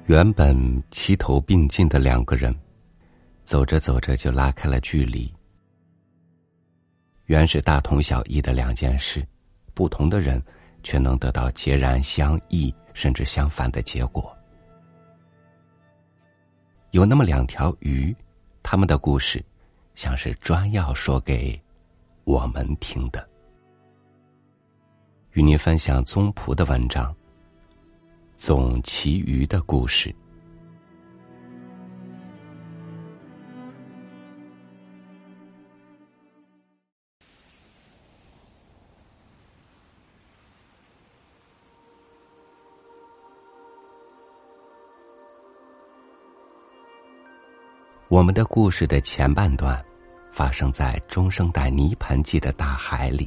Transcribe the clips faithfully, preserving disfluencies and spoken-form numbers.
原本齐头并进的两个人，走着走着就拉开了距离。原是大同小异的两件事，不同的人却能得到截然相异甚至相反的结果。有那么两条鱼，他们的故事像是专要说给我们听的。与您分享宗璞的文章《总其余的故事》。我们的故事的前半段发生在中生代泥盆纪的大海里。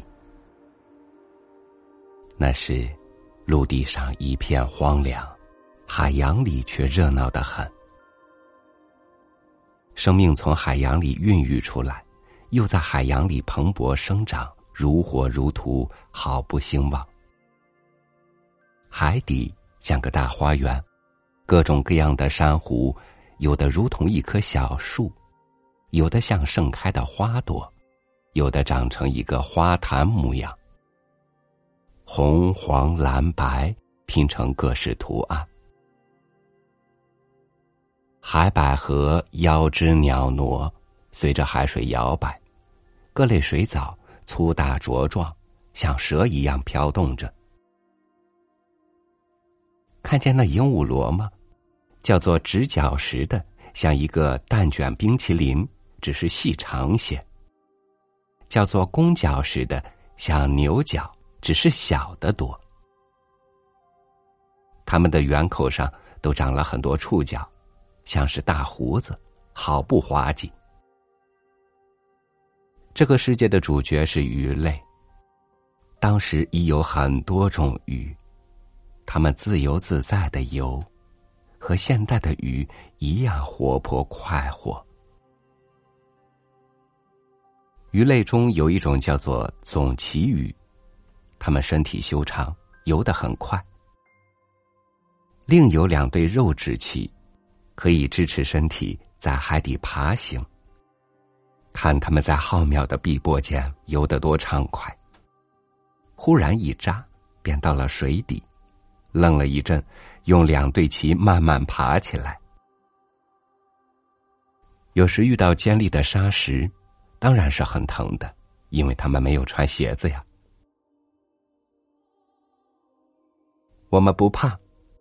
那时陆地上一片荒凉，海洋里却热闹得很。生命从海洋里孕育出来，又在海洋里蓬勃生长，如火如荼，毫不兴旺。海底像个大花园，各种各样的珊瑚，有的如同一棵小树，有的像盛开的花朵，有的长成一个花坛模样，红黄蓝白拼成各式图案。海百合腰肢袅娜，随着海水摇摆，各类水藻粗大茁壮，像蛇一样飘动着。看见那鹦鹉螺吗？叫做直角石的，像一个蛋卷冰淇淋，只是细长些；叫做弓角石的，像牛角，只是小得多。它们的圆口上都长了很多触角，像是大胡子，好不滑稽。这个世界的主角是鱼类，当时已有很多种鱼，它们自由自在地游，和现代的鱼一样活泼快活。鱼类中有一种叫做总鳍鱼，它们身体修长，游得很快。另有两对肉质鳍，可以支持身体在海底爬行。看它们在浩渺的碧波间游得多畅快，忽然一扎，便到了水底，愣了一阵，用两对鳍慢慢爬起来。有时遇到尖利的沙石，当然是很疼的，因为他们没有穿鞋子呀。我们不怕。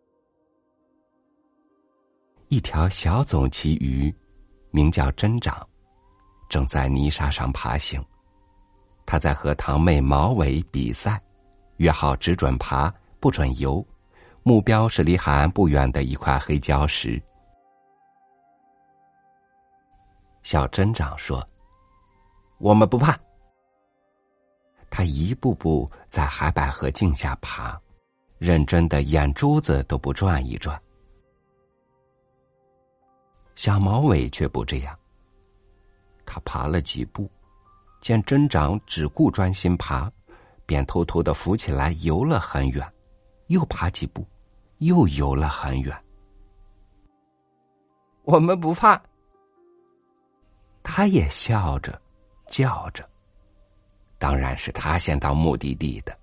一条小总鳍鱼，名叫针长，正在泥沙上爬行。他在和堂妹毛尾比赛，约好只准爬，不准游，目标是离海岸不远的一块黑礁石。小针长说：“我们不怕。”他一步步在海百合径下爬，认真的眼珠子都不转一转。小毛尾却不这样，他爬了几步，见针长只顾专心爬，便偷偷地浮起来游了很远，又爬几步，又游了很远。我们不怕。他也笑着叫着，当然是他先到目的地的。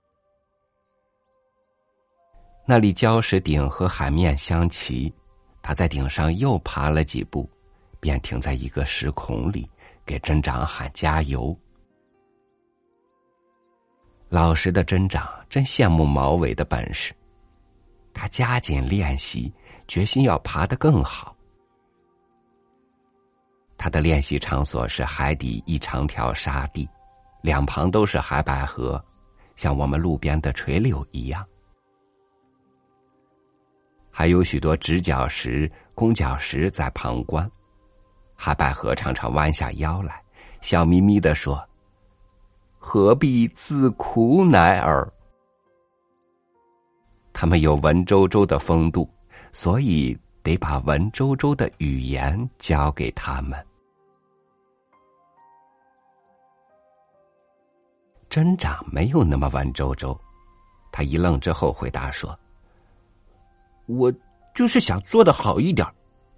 那里礁石顶和海面相齐，他在顶上又爬了几步，便停在一个石孔里，给针长喊加油。老实的针长真羡慕毛尾的本事，他加紧练习，决心要爬得更好。他的练习场所是海底一长条沙地，两旁都是海百合，像我们路边的垂柳一样。还有许多直角石、弓角石在旁观。海百合常常弯下腰来，笑眯眯地说：“何必自苦乃尔。”他们有文绉绉的风度，所以得把文绉绉的语言教给他们。针长没有那么文绉绉，他一愣之后回答说：“我就是想做得好一点。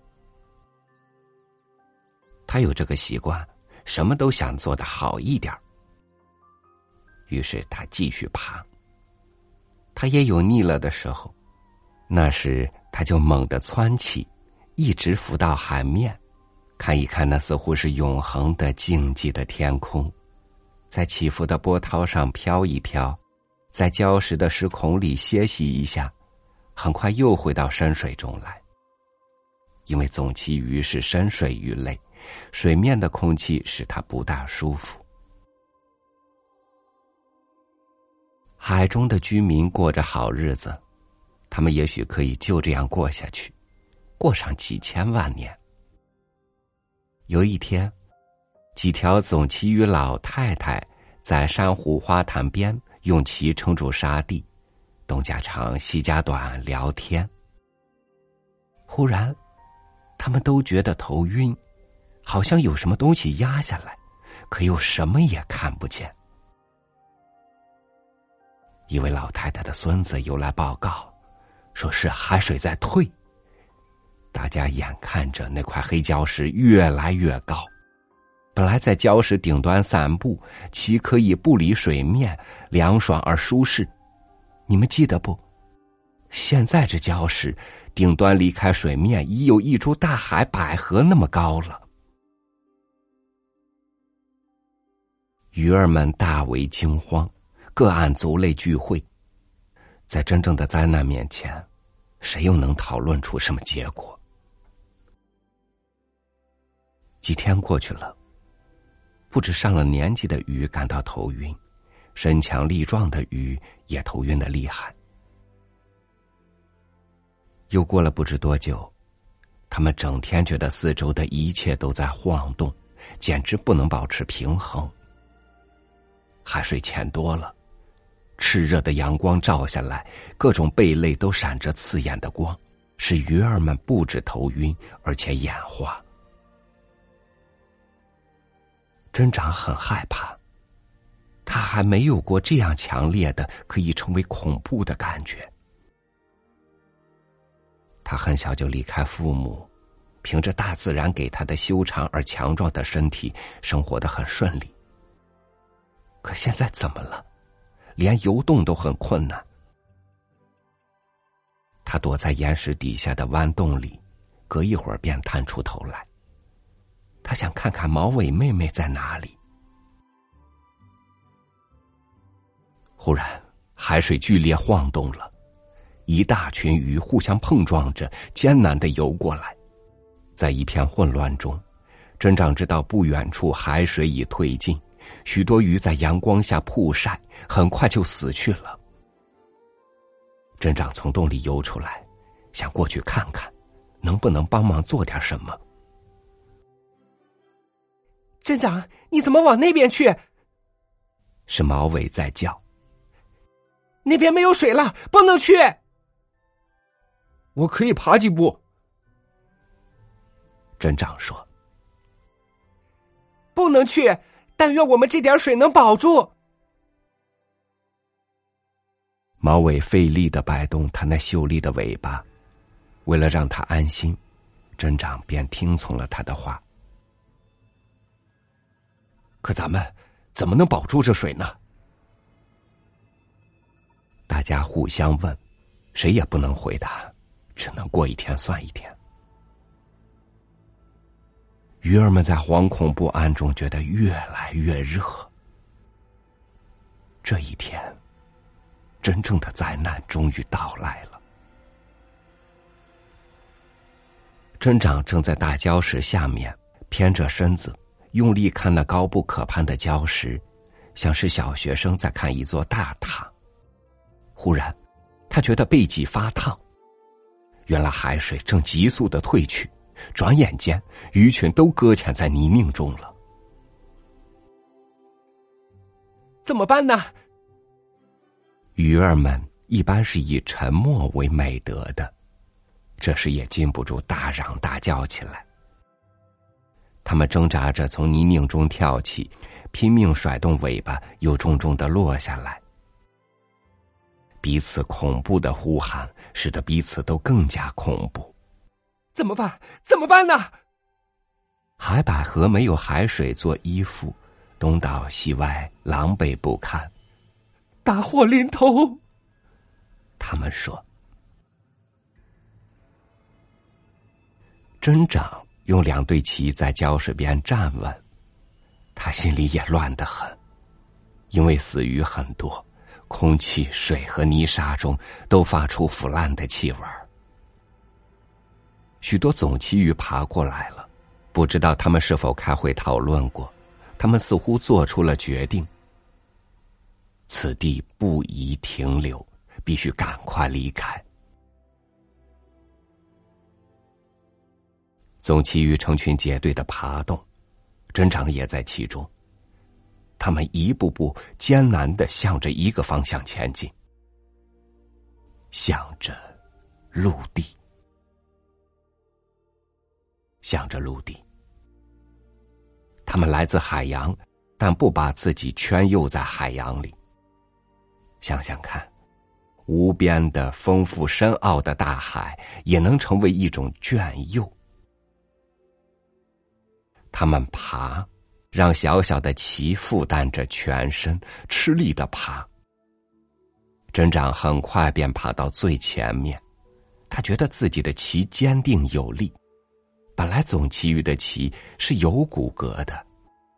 他有这个习惯，什么都想做得好一点。于是他继续爬。他也有腻了的时候，那时他就猛地蹿起，一直浮到海面，看一看那似乎是永恒的静寂的天空，在起伏的波涛上飘一飘，在礁石的石孔里歇息一下，很快又回到深水中来。因为总旗鱼是深水鱼类，水面的空气使它不大舒服。海中的居民过着好日子，他们也许可以就这样过下去，过上几千万年。有一天，几条总旗鱼老太太在珊瑚花坛边用旗撑住沙地，东家长西家短聊天。忽然他们都觉得头晕，好像有什么东西压下来，可又什么也看不见。一位老太太的孙子游来报告，说是海水在退。大家眼看着那块黑礁石越来越高，本来在礁石顶端散步，其可以不离水面，凉爽而舒适。你们记得不？现在这礁石顶端离开水面已有一株大海百合那么高了。鱼儿们大为惊慌，各按族类聚会。在真正的灾难面前，谁又能讨论出什么结果？几天过去了，不止上了年纪的鱼感到头晕，身强力壮的鱼也头晕得厉害。又过了不知多久，他们整天觉得四周的一切都在晃动，简直不能保持平衡。海水浅多了，炽热的阳光照下来，各种贝类都闪着刺眼的光，使鱼儿们不止头晕，而且眼花。珍长很害怕，他还没有过这样强烈的可以成为恐怖的感觉。他很小就离开父母，凭着大自然给他的修长而强壮的身体，生活得很顺利。可现在怎么了？连游动都很困难。他躲在岩石底下的弯洞里，隔一会儿便探出头来。他想看看毛尾妹妹在哪里。忽然，海水剧烈晃动了，一大群鱼互相碰撞着，艰难地游过来。在一片混乱中，珍长知道不远处海水已退尽，许多鱼在阳光下曝晒，很快就死去了。珍长从洞里游出来，想过去看看，能不能帮忙做点什么。 镇长，你怎么往那边去？ 是毛尾在叫。 那边没有水了，不能去。 我可以爬几步。 镇长说。 不能去，但愿我们这点水能保住。 毛尾费力地摆动他那秀丽的尾巴，为了让他安心，镇长便听从了他的话。 可咱们怎么能保住这水呢？ 大家互相问，谁也不能回答，只能过一天算一天。鱼儿们在惶恐不安中觉得越来越热。这一天，真正的灾难终于到来了。珍长正在大礁石下面偏着身子，用力看那高不可攀的礁石，像是小学生在看一座大塔。忽然，他觉得背脊发烫，原来海水正急速地退去，转眼间鱼群都搁浅在泥泞中了。 怎么办呢？ 鱼儿们一般是以沉默为美德的，这时也禁不住大嚷大叫起来。他们挣扎着从泥泞中跳起，拼命甩动尾巴，又重重地落下来。 彼此恐怖的呼喊使得彼此都更加恐怖。 怎么办？怎么办呢？ 海百合没有海水做衣服，东倒西歪，狼狈不堪。 大祸临头！ 他们说。针长用两对旗在礁水边站稳，他心里也乱得很，因为死鱼很多，空气、水和泥沙中都发出腐烂的气味。许多总旗鱼爬过来了，不知道他们是否开会讨论过，他们似乎做出了决定。此地不宜停留，必须赶快离开。总旗鱼成群结队的爬动，针长也在其中。他们一步步艰难地向着一个方向前进，向着陆地，向着陆地。他们来自海洋，但不把自己圈囿在海洋里。想想看，无边的丰富深奥的大海也能成为一种圈囿。他们爬，让小小的鳍负担着全身，吃力地爬。针长很快便爬到最前面，他觉得自己的鳍坚定有力。本来总旗鱼的鳍是有骨骼的，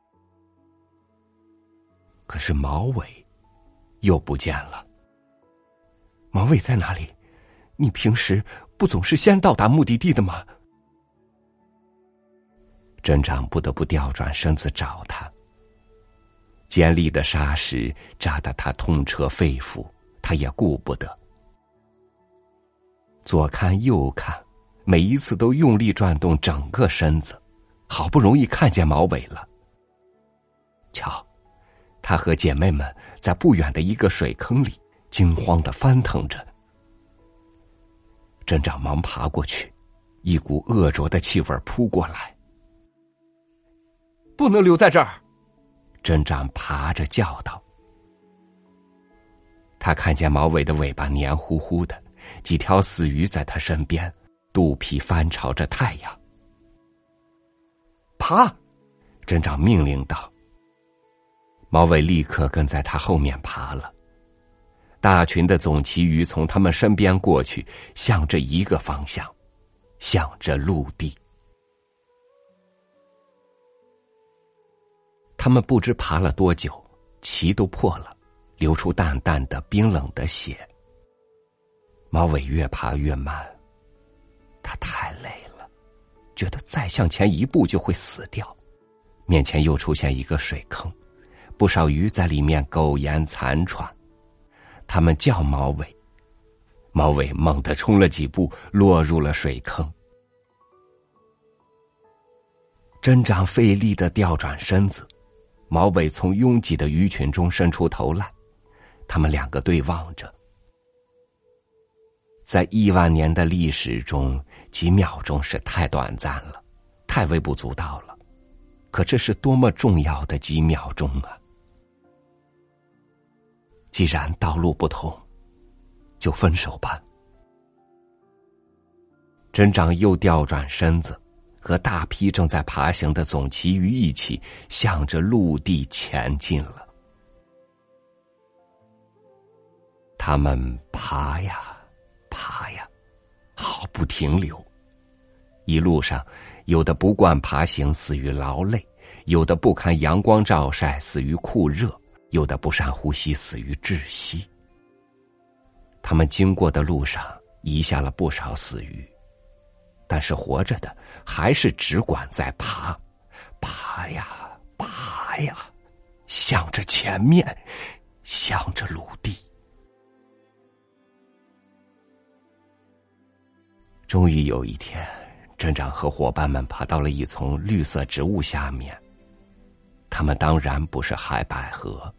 可是毛尾又不见了。毛尾在哪里？你平时不总是先到达目的地的吗？针长不得不调转身子找他。尖利的沙石扎得他痛彻肺腑，他也顾不得。左看右看，每一次都用力转动整个身子，好不容易看见毛尾了。瞧，他和姐妹们在不远的一个水坑里惊慌地翻腾着。针长忙爬过去，一股恶浊的气味扑过来。 不能留在这儿！ 针长爬着叫道。他看见毛尾的尾巴黏糊糊的，几条死鱼在他身边，肚皮翻朝着太阳。 爬！ 针长命令道。毛尾立刻跟在他后面爬了。大群的总旗鱼从他们身边过去，向着一个方向，向着陆地。他们不知爬了多久，鳍都破了，流出淡淡的冰冷的血。毛尾越爬越慢，他太累了，觉得再向前一步就会死掉。面前又出现一个水坑，不少鱼在里面苟延残喘。他们叫毛尾，毛尾猛地冲了几步，落入了水坑。针长费力地调转身子，毛尾从拥挤的鱼群中伸出头来，他们两个对望着。在亿万年的历史中，几秒钟是太短暂了，太微不足道了，可这是多么重要的几秒钟啊！既然道路不同，就分手吧。针长又调转身子，和大批正在爬行的总旗鱼一起向着陆地前进了。他们爬呀爬呀，毫不停留。一路上，有的不惯爬行，死于劳累；有的不堪阳光照晒，死于酷热；有的不善呼吸，死于窒息。他们经过的路上遗下了不少死鱼，但是活着的还是只管在爬，爬呀爬呀，向着前面，向着陆地。终于有一天，针长和伙伴们爬到了一丛绿色植物下面。它们当然不是海百合。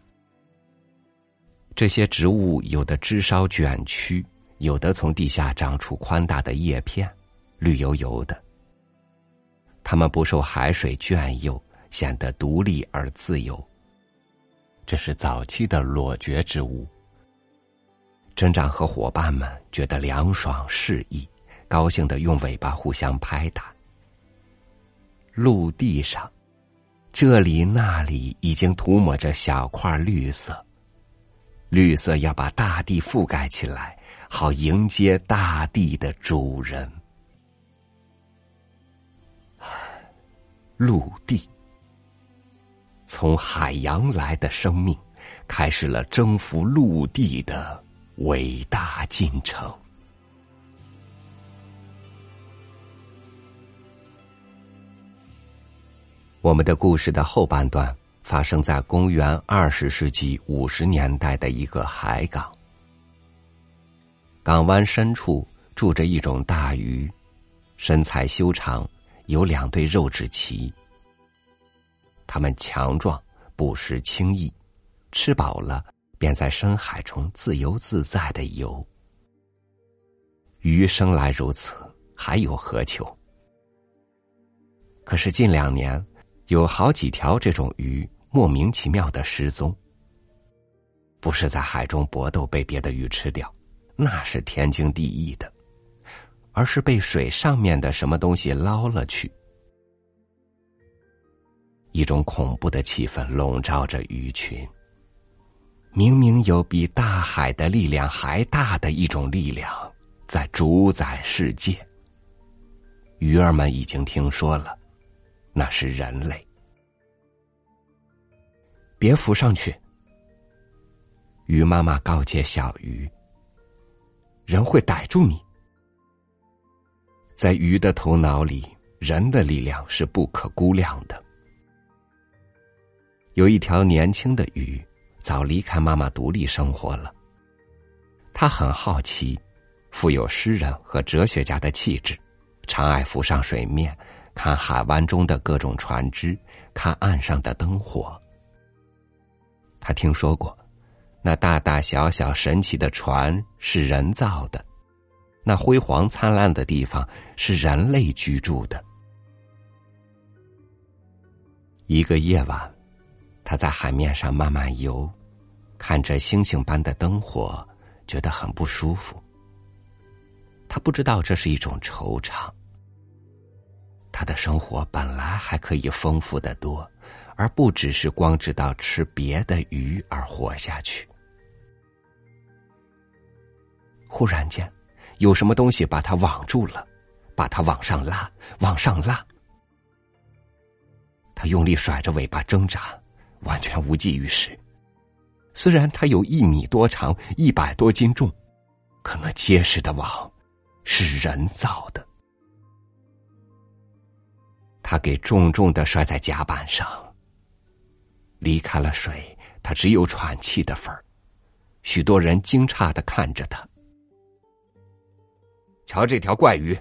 这些植物有的枝梢卷曲，有的从地下长出宽大的叶片，绿油油的。它们不受海水圈囿，显得独立而自由。这是早期的裸蕨植物。 侦长和伙伴们觉得凉爽适意，高兴地用尾巴互相拍打。陆地上，这里那里已经涂抹着小块绿色，绿色要把大地覆盖起来，好迎接大地的主人。陆地，从海洋来的生命，开始了征服陆地的伟大进程。我们的故事的后半段发生在公元二十世纪五十年代的一个海港。港湾深处住着一种大鱼，身材修长，有两对肉质鳍。它们强壮，捕食轻易，吃饱了便在深海中自由自在地游。鱼生来如此，还有何求？可是近两年，有好几条这种鱼莫名其妙的失踪。不是在海中搏斗被别的鱼吃掉，那是天经地义的，而是被水上面的什么东西捞了去。一种恐怖的气氛笼罩着鱼群。明明有比大海的力量还大的一种力量在主宰世界。鱼儿们已经听说了，那是人类。别浮上去，鱼妈妈告诫小鱼，人会逮住你。在鱼的头脑里，人的力量是不可估量的。有一条年轻的鱼早离开妈妈独立生活了，他很好奇，富有诗人和哲学家的气质，常爱浮上水面，看海湾中的各种船只，看岸上的灯火。他听说过，那大大小小神奇的船是人造的，那辉煌灿烂的地方是人类居住的。一个夜晚，他在海面上慢慢游，看着星星般的灯火，觉得很不舒服。他不知道这是一种惆怅。他的生活本来还可以丰富得多，而不只是光知道吃别的鱼而活下去。忽然间，有什么东西把他网住了，把他往上拉，往上拉。他用力甩着尾巴挣扎，完全无济于事。虽然它有一米多长，一百多斤重，可那结实的网是人造的。他给重重地摔在甲板上，离开了水，他只有喘气的份儿。许多人惊诧地看着他。瞧这条怪鱼，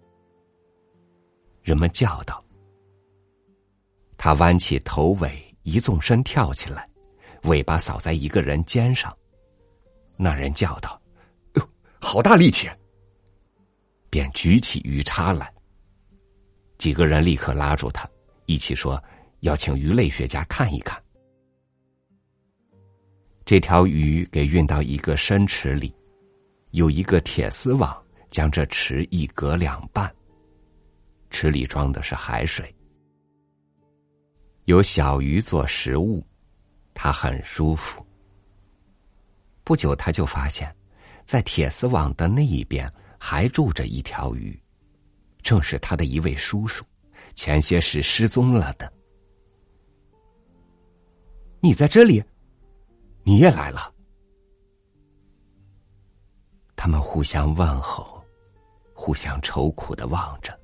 人们叫道。他弯起头尾，一纵身跳起来，尾巴扫在一个人肩上。那人叫道：“哟，好大力气！”便举起鱼叉来。几个人立刻拉住他，一起说要请鱼类学家看一看。这条鱼给运到一个深池里，有一个铁丝网将这池一隔两半，池里装的是海水。有小鱼做食物，它很舒服。不久他就发现，在铁丝网的那一边还住着一条鱼，正是他的一位叔叔，前些时失踪了的。你在这里？你也来了？他们互相问候，互相愁苦地望着。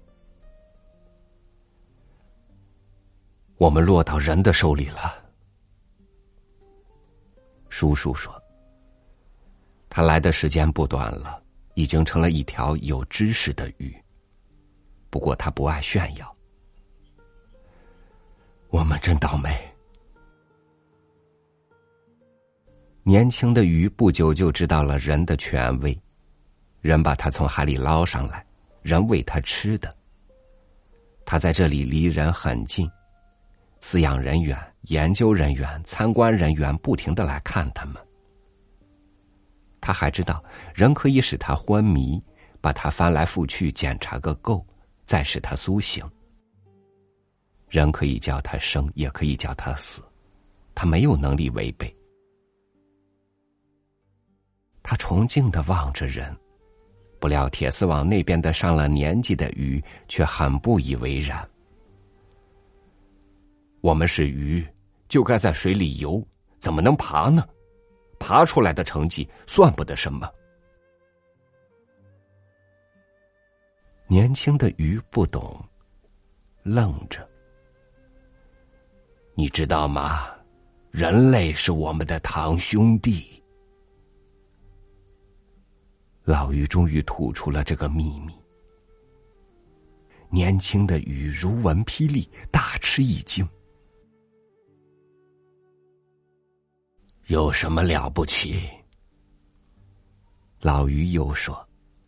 我们落到人的手里了，叔叔说。他来的时间不短了，已经成了一条有知识的鱼。不过他不爱炫耀。我们真倒霉。年轻的鱼不久就知道了人的权威，人把它从海里捞上来，人喂它吃的。它在这里离人很近，饲养人员、研究人员、参观人员不停地来看它们。 他还知道人可以使他昏迷，把他翻来覆去检查个够，再使他苏醒。人可以叫他生，也可以叫他死，他没有能力违背。他崇敬地望着人，不料铁丝网那边的上了年纪的鱼却很不以为然。我们是鱼，就该在水里游，怎么能爬呢？爬出来的成绩算不得什么。年轻的鱼不懂，愣着。你知道吗？人类是我们的堂兄弟。老鱼终于吐出了这个秘密。年轻的鱼如闻霹雳，大吃一惊。有什么了不起？老鱼又说：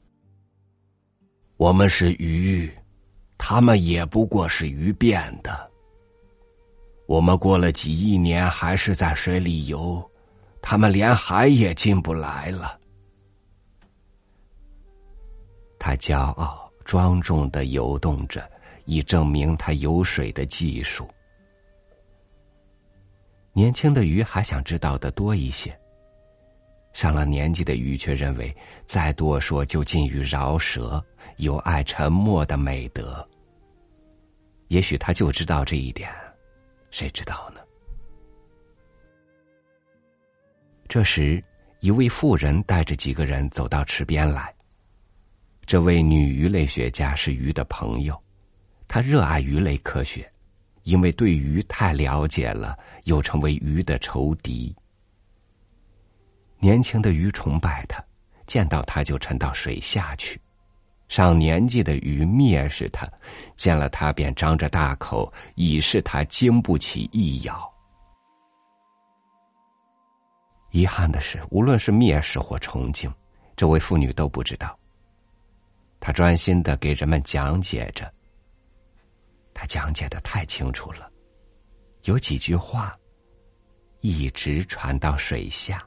我们是鱼，他们也不过是鱼变的。我们过了几亿年还是在水里游，他们连海也进不来了。他骄傲庄重地游动着，以证明他游水的技术。年轻的鱼还想知道的多一些，上了年纪的鱼却认为再多说就近于饶舌，有爱沉默的美德。也许他就知道这一点，谁知道呢？这时，一位妇人带着几个人走到池边来。这位女鱼类学家是鱼的朋友，她热爱鱼类科学，因为对鱼太了解了，又成为鱼的仇敌。年轻的鱼崇拜她，见到她就沉到水下去。上年纪的鱼蔑视她，见了她便张着大口，以示她经不起一咬。遗憾的是，无论是蔑视或崇敬，这位妇女都不知道。她专心地给人们讲解着，她讲解得太清楚了，有几句话一直传到水下。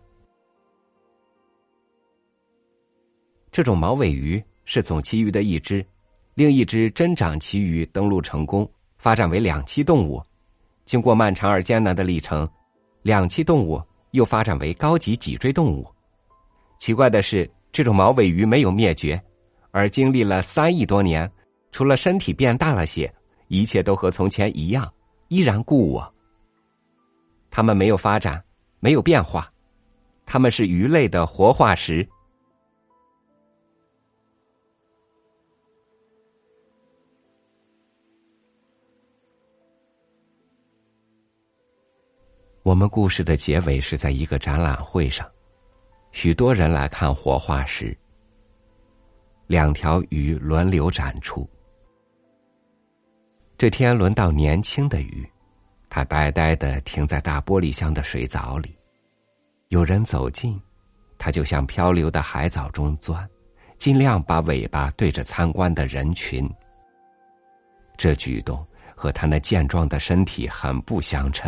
这种毛尾鱼是总鳍鱼的一只，另一只真掌鳍鱼登陆成功，发展为两栖动物。经过漫长而艰难的历程，两栖动物又发展为高级脊椎动物。奇怪的是，这种毛尾鱼没有灭绝，而经历了三亿多年，除了身体变大了些，一切都和从前一样，依然故我。它们没有发展，没有变化，它们是鱼类的活化石。我们故事的结尾是在一个展览会上，许多人来看活化石。两条鱼轮流展出。这天轮到年轻的鱼，它呆呆地停在大玻璃箱的水藻里。有人走近，它就向漂流的海藻中钻，尽量把尾巴对着参观的人群。这举动和它那健壮的身体很不相称。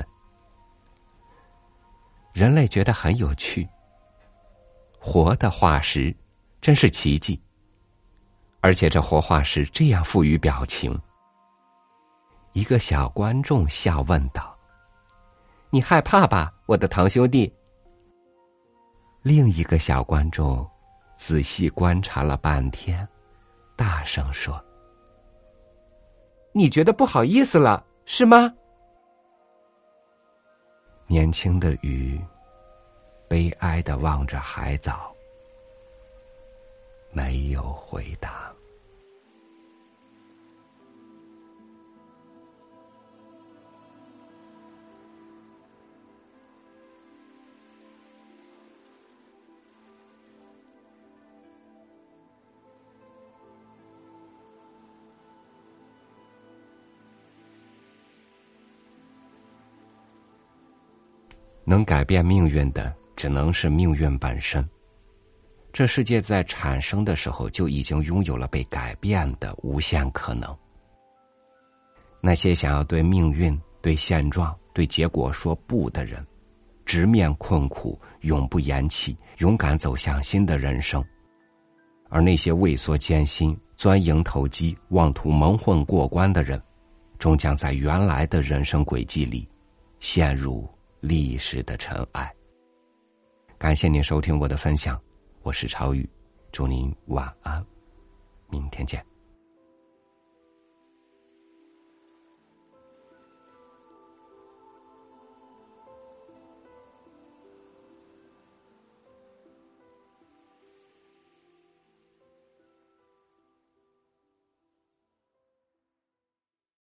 人类觉得很有趣，活的化石真是奇迹。而且这活化石这样富于表情。一个小观众笑问道：你害怕吧，我的堂兄弟？另一个小观众仔细观察了半天，大声说：你觉得不好意思了，是吗？年轻的鱼悲哀地望着海藻，没有回答。能改变命运的只能是命运本身。这世界在产生的时候就已经拥有了被改变的无限可能。那些想要对命运、对现状、对结果说不的人， 直面困苦，永不言弃，勇敢走向新的人生。而那些畏缩艰辛、钻营投机、妄图蒙混过关的人，终将在原来的人生轨迹里陷入历史的尘埃。感谢您收听我的分享，我是超宇，祝您晚安，明天见。